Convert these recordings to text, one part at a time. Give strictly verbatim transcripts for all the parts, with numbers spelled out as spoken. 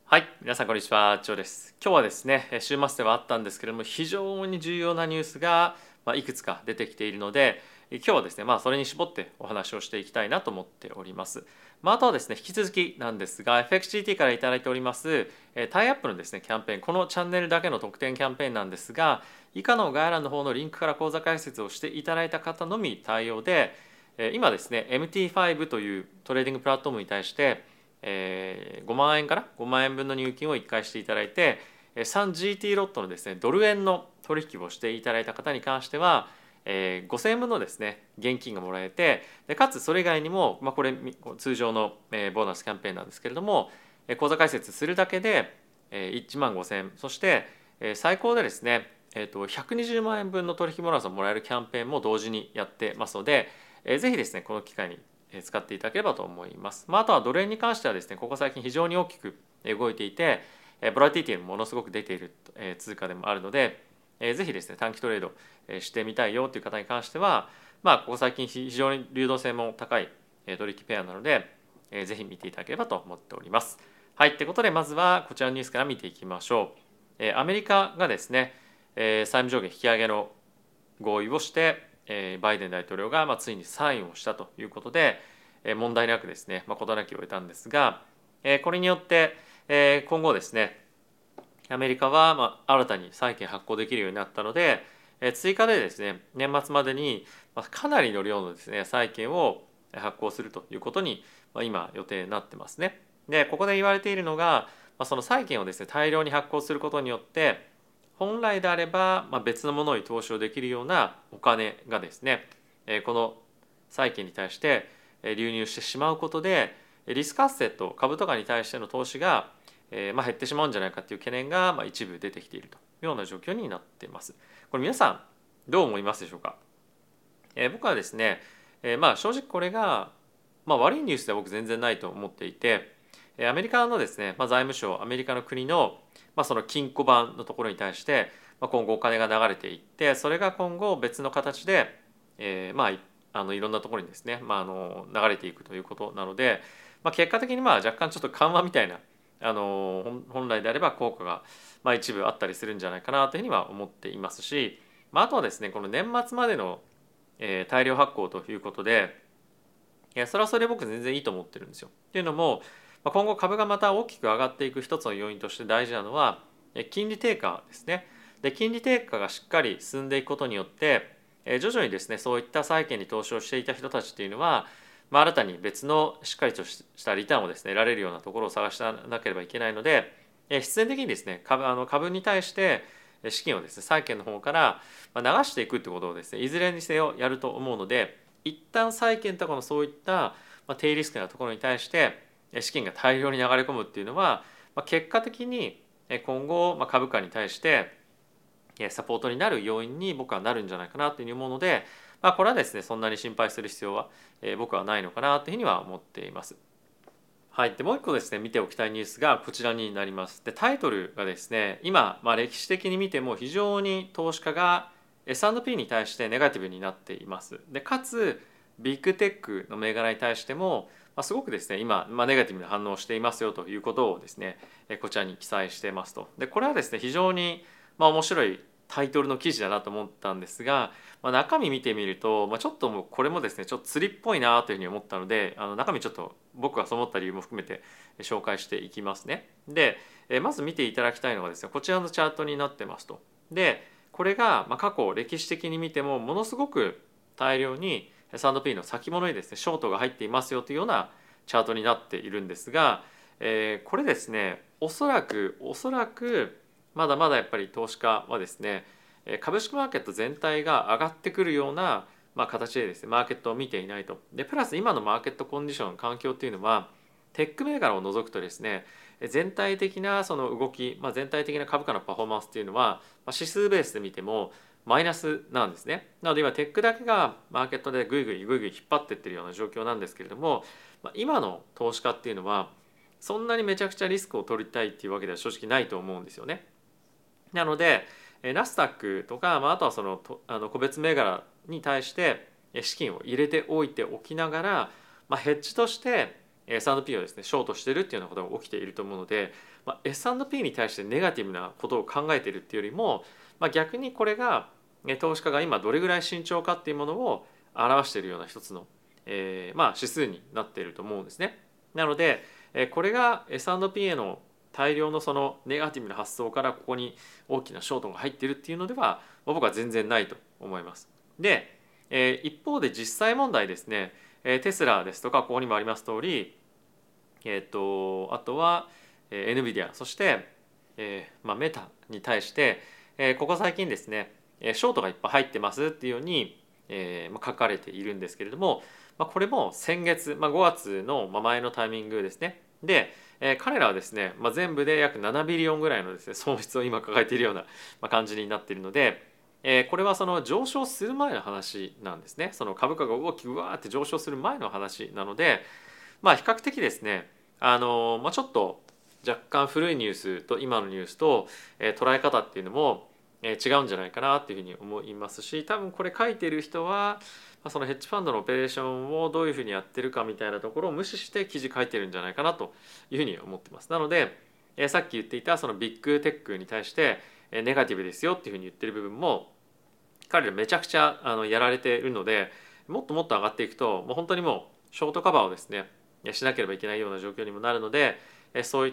はい、皆さんこんにちは、ジョーです。今日はですね、週末ではあったんですけれども、非常に重要なニュースが、まあ、いくつか出てきているので、今日はですね、まあ、それに絞ってお話をしていきたいなと思っております。まあ、あとはですね、引き続きなんですが、エフエックスジーティー からいただいております、タイアップのですね、キャンペーン、このチャンネルだけの特典キャンペーンなんですが、以下の概要欄の方のリンクから口座開設をしていただいた方のみ対応で、今ですね、エムティーファイブ というトレーディングプラットフォームに対して、えー、ごまんえんからごまんえんぶんの入金をいっかいしていただいて スリージーティー ロットのですねドル円の取引をしていただいた方に関しては、えー、ごせんえんぶんのですね現金がもらえて、でかつそれ以外にも、まあ、これ通常の、えー、ボーナスキャンペーンなんですけれども、えー、口座開設するだけで、えー、いちまんごせんえん、そして、えー、最高でですね、えー、とひゃくにじゅうまんえんぶんの取引ボーナスをもらえるキャンペーンも同時にやってますので、えー、ぜひですねこの機会に使っていただければと思います。まあ、あとはドル円に関してはですね、ここ最近非常に大きく動いていて、ボラティティもものすごく出ている通貨でもあるので、ぜひですね、短期トレードしてみたいよという方に関しては、まあ、ここ最近非常に流動性も高い取引ペアなので、ぜひ見ていただければと思っております。はい、ということで、まずはこちらのニュースから見ていきましょう。アメリカがですね、債務上限引き上げの合意をして、バイデン大統領がついにサインをしたということで、問題なくですね、事なきを得たんですが、これによって今後ですね、アメリカは新たに債券発行できるようになったので、追加でですね、年末までにかなりの量のですね、債券を発行するということに今予定になってますね。で、ここで言われているのが、その債券をですね、大量に発行することによって、本来であれば別のものに投資をできるようなお金がですね、この債券に対して流入してしまうことで、リスクアセット株とかに対しての投資がまあ減ってしまうんじゃないかという懸念が一部出てきているというような状況になっています。これ皆さんどう思いますでしょうか。僕はですね、まあ正直これがまあ悪いニュースでは僕全然ないと思っていて、アメリカのですね、まあ、財務省アメリカの国のまあ、その金庫番のところに対して今後お金が流れていって、それが今後別の形で、えー、まああのいろんなところにですね、まあ、あの流れていくということなので、まあ、結果的にまあ若干ちょっと緩和みたいなあの本来であれば効果がまあ一部あったりするんじゃないかなというふうには思っていますし、まあ、あとはですねこの年末までの、えー、大量発行ということで、いやそれはそれで僕全然いいと思ってるんですよ。っていうのも今後株がまた大きく上がっていく一つの要因として大事なのは金利低下ですね。で金利低下がしっかり進んでいくことによって徐々にですねそういった債券に投資をしていた人たちっていうのは、まあ、新たに別のしっかりとしたリターンをですね得られるようなところを探しなければいけないので、必然的にですね株あの株に対して資金をですね債券の方から流していくってことをですねいずれにせよやると思うので、一旦債券とかのそういった低リスクなところに対して資金が大量に流れ込むっていうのは結果的に今後株価に対してサポートになる要因に僕はなるんじゃないかなというふうに思うので、まあ、これはですねそんなに心配する必要は僕はないのかなというふうには思っています。はい、でもう一個ですね見ておきたいニュースがこちらになります。でタイトルがですね今、まあ、歴史的に見ても非常に投資家が エスアンドピー に対してネガティブになっています。でかつビッグテックの銘柄に対してもまあ、すごくですね今、まあ、ネガティブな反応をしていますよということをですねこちらに記載していますと。でこれはですね非常にまあ面白いタイトルの記事だなと思ったんですが、まあ、中身見てみると、まあ、ちょっともうこれもですねちょっと釣りっぽいなというふうに思ったので、あの中身ちょっと僕がそう思った理由も含めて紹介していきますね。でまず見ていただきたいのがですねこちらのチャートになってますと。でこれがまあ過去歴史的に見てもものすごく大量に エスアンドピー の先物にですねショートが入っていますよというようなチャートになっているんですが、えー、これですねおそらくおそらくまだまだやっぱり投資家はですね株式マーケット全体が上がってくるような、まあ、形でですねマーケットを見ていないと。でプラス今のマーケットコンディション環境っていうのはテック銘柄を除くとですね全体的なその動き、まあ、全体的な株価のパフォーマンスっていうのは、まあ、指数ベースで見てもマイナスなんですね。なので今テックだけがマーケットでぐいぐいぐいぐい引っ張っていってるような状況なんですけれども、今の投資家っていうのはそんなにめちゃくちゃリスクを取りたいっていうわけでは正直ないと思うんですよね。なのでナスダックとか、まあ、あとはそのあの個別銘柄に対して資金を入れておいておきながら、まあ、ヘッジとして エスアンドピー をですねショートしてるっていうようなことが起きていると思うので、 まあ、エスアンドピー に対してネガティブなことを考えているっていうよりも、まあ、逆にこれが投資家が今どれぐらい慎重かっていうものを表しているような一つの、えーまあ、指数になっていると思うんですね。なのでこれが エスアンドピー への大量のそのネガティブな発想からここに大きなショートが入っているっていうのでは僕は全然ないと思います。で、えー、一方で実際問題ですね、テスラですとかここにもあります通り、えー、とあとは エヌビディア そして、えーまあ、メタに対して、えー、ここ最近ですねショートがいっぱい入ってますっていうように、えーまあ、書かれているんですけれども、まあ、これも先月、まあ、ごがつの前のタイミングですね。で、えー、彼らはですね、まあ、全部で約ななビリオンぐらいのですね損失を今抱えているような感じになっているので、えー、これはその上昇する前の話なんですね。その株価が大きくわーって上昇する前の話なので、まあ比較的ですね、あのまあ、ちょっと若干古いニュースと今のニュースと、えー、捉え方っていうのも、えー、違うんじゃないかなっていうふうに思いますし、多分これ書いてる人は、まあ、そのヘッジファンドのオペレーションをどういうふうにやってるかみたいなところを無視して記事書いてるんじゃないかなというふうに思ってます。なので、えー、さっき言っていたそのビッグテックに対して、えー、ネガティブですよっていうふうに言ってる部分も彼らめちゃくちゃあのやられているので、もっともっと上がっていくともう本当にもうショートカバーをですねしなければいけないような状況にもなるので、そういった、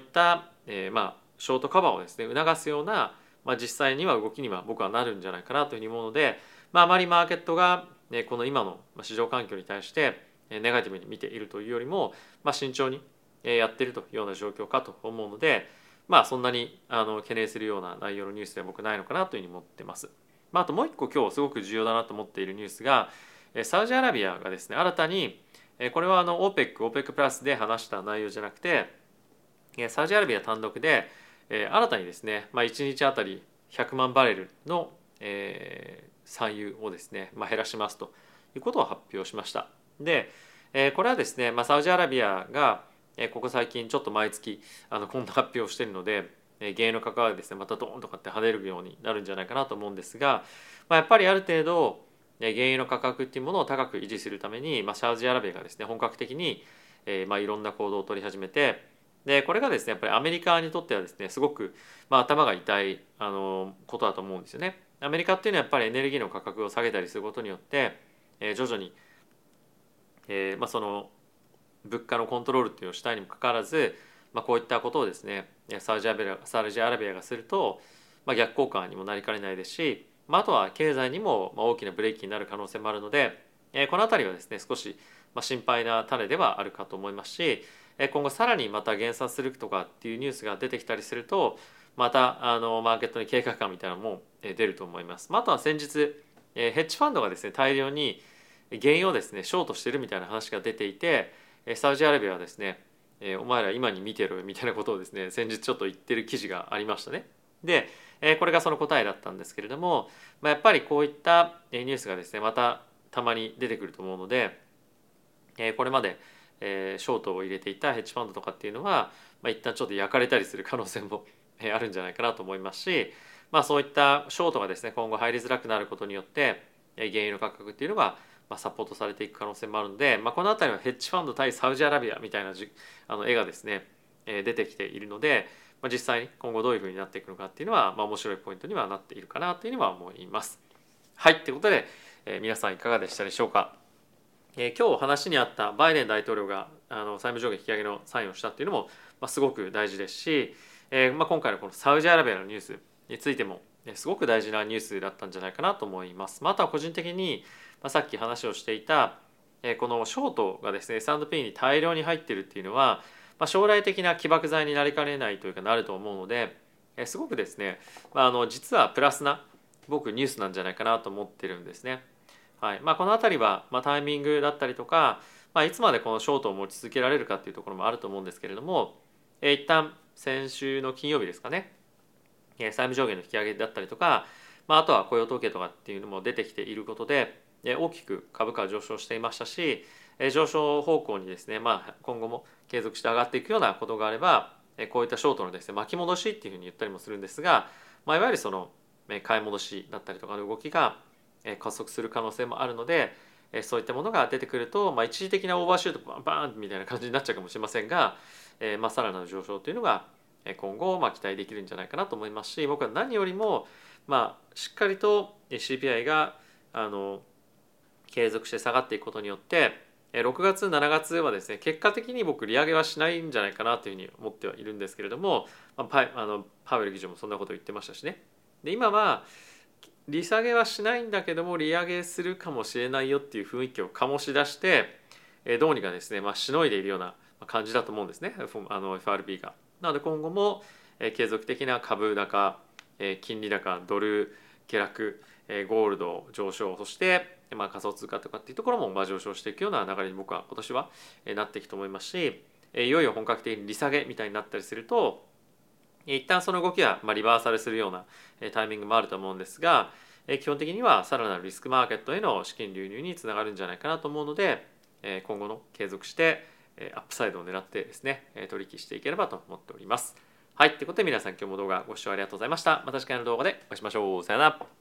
えー、まあショートカバーをですね促すような、まあ、実際には動きには僕はなるんじゃないかなというふうに思うので、まあ、あまりマーケットがこの今の市場環境に対してネガティブに見ているというよりも、まあ、慎重にやっているというような状況かと思うので、まあそんなにあの懸念するような内容のニュースでは僕ないのかなというふうに思ってます。まあ、あともう一個今日すごく重要だなと思っているニュースが、サウジアラビアがですね新たに、これはあの オーペック、オーペック プラスで話した内容じゃなくて、サウジアラビア単独で新たにですね、まあ、いちにちあたりひゃくまんバレルの産油をですね、まあ、減らしますということを発表しました。で、これはですね、まあ、サウジアラビアがここ最近ちょっと毎月あのこんな発表をしているので、原油の価格がですねまたドーンとかって跳ねるようになるんじゃないかなと思うんですが、まあ、やっぱりある程度原油の価格っていうものを高く維持するために、まあ、サウジアラビアがですね本格的に、えーまあ、いろんな行動を取り始めて、でこれがですねやっぱりアメリカにとってはですねすごく、まあ、頭が痛いあのことだと思うんですよね。アメリカっていうのはやっぱりエネルギーの価格を下げたりすることによって、えー、徐々に、えーまあ、その物価のコントロールっていうのをしたいにもかかわらず、まあ、こういったことをですねサウジアラビア、サウジアラビアがすると、まあ、逆効果にもなりかねないですし、まあ、あとは経済にも大きなブレーキになる可能性もあるので、この辺りはですね少し心配な種ではあるかと思いますし、今後さらにまた減産するとかっていうニュースが出てきたりするとまたあのマーケットに警戒感みたいなのも出ると思います。あとは先日ヘッジファンドがですね大量に原油をですねショートしてるみたいな話が出ていて、サウジアラビアはですねお前ら今に見てろよみたいなことをですね先日ちょっと言ってる記事がありましたね。でこれがその答えだったんですけれども、まあ、やっぱりこういったニュースがですねまたたまに出てくると思うので、これまでショートを入れていたヘッジファンドとかっていうのは、まあ、一旦ちょっと焼かれたりする可能性もあるんじゃないかなと思いますし、まあ、そういったショートがですね今後入りづらくなることによって原油の価格っていうのがサポートされていく可能性もあるので、まあ、この辺りはヘッジファンド対サウジアラビアみたいなじあの絵がですね出てきているので、まあ、実際に今後どういうふうになっていくのかっていうのは、まあ、面白いポイントにはなっているかなというには思います。はい、ということで、えー、皆さんいかがでしたでしょうか。えー、今日話にあったバイデン大統領があの債務上限引き上げのサインをしたっていうのも、まあ、すごく大事ですし、えーまあ、今回のこのサウジアラビアのニュースについてもすごく大事なニュースだったんじゃないかなと思います。まあ、あとは個人的に、まあ、さっき話をしていた、えー、このショートがですね エスアンドピー に大量に入っているっていうのは、まあ、将来的な起爆剤になりかねないというかなると思うので、えー、すごくですね、まあ、あの実はプラスな僕ニュースなんじゃないかなと思ってるんですね。はいまあ、この辺りは、まあ、タイミングだったりとか、まあ、いつまでこのショートを持ち続けられるかっていうところもあると思うんですけれども、えー、一旦先週の金曜日ですかね、債務上限の引き上げだったりとか、まあ、あとは雇用統計とかっていうのも出てきていることで大きく株価は上昇していましたし、上昇方向にですね、まあ、今後も継続して上がっていくようなことがあればこういったショートのですね巻き戻しっていうふうに言ったりもするんですが、まあ、いわゆるその買い戻しだったりとかの動きが加速する可能性もあるので、そういったものが出てくると、まあ、一時的なオーバーシュートバンバーンみたいな感じになっちゃうかもしれませんが、まあ、さらなる上昇というのが今後まあ期待できるんじゃないかなと思いますし、僕は何よりもまあしっかりと シーピーアイ があの継続して下がっていくことによってろくがつしちがつはですね結果的に僕利上げはしないんじゃないかなというふうに思ってはいるんですけれども、まあ、パイあのパウエル議長もそんなことを言ってましたしね。で今は利下げはしないんだけども利上げするかもしれないよっていう雰囲気を醸し出してどうにかですね、まあ、しのいでいるような感じだと思うんですね、あの エフアールビー が。なので今後も継続的な株高、金利高、ドル下落、ゴールド上昇、そしてまあ仮想通貨とかっていうところもまあ上昇していくような流れに僕は今年はなっていくと思いますし、いよいよ本格的に利下げみたいになったりすると一旦その動きはまあリバーサルするようなタイミングもあると思うんですが、基本的にはさらなるリスクマーケットへの資金流入につながるんじゃないかなと思うので、今後の継続してアップサイドを狙ってですね取引していければと思っております。はい、ということで皆さん今日も動画ご視聴ありがとうございました。また次回の動画でお会いしましょう。さよなら。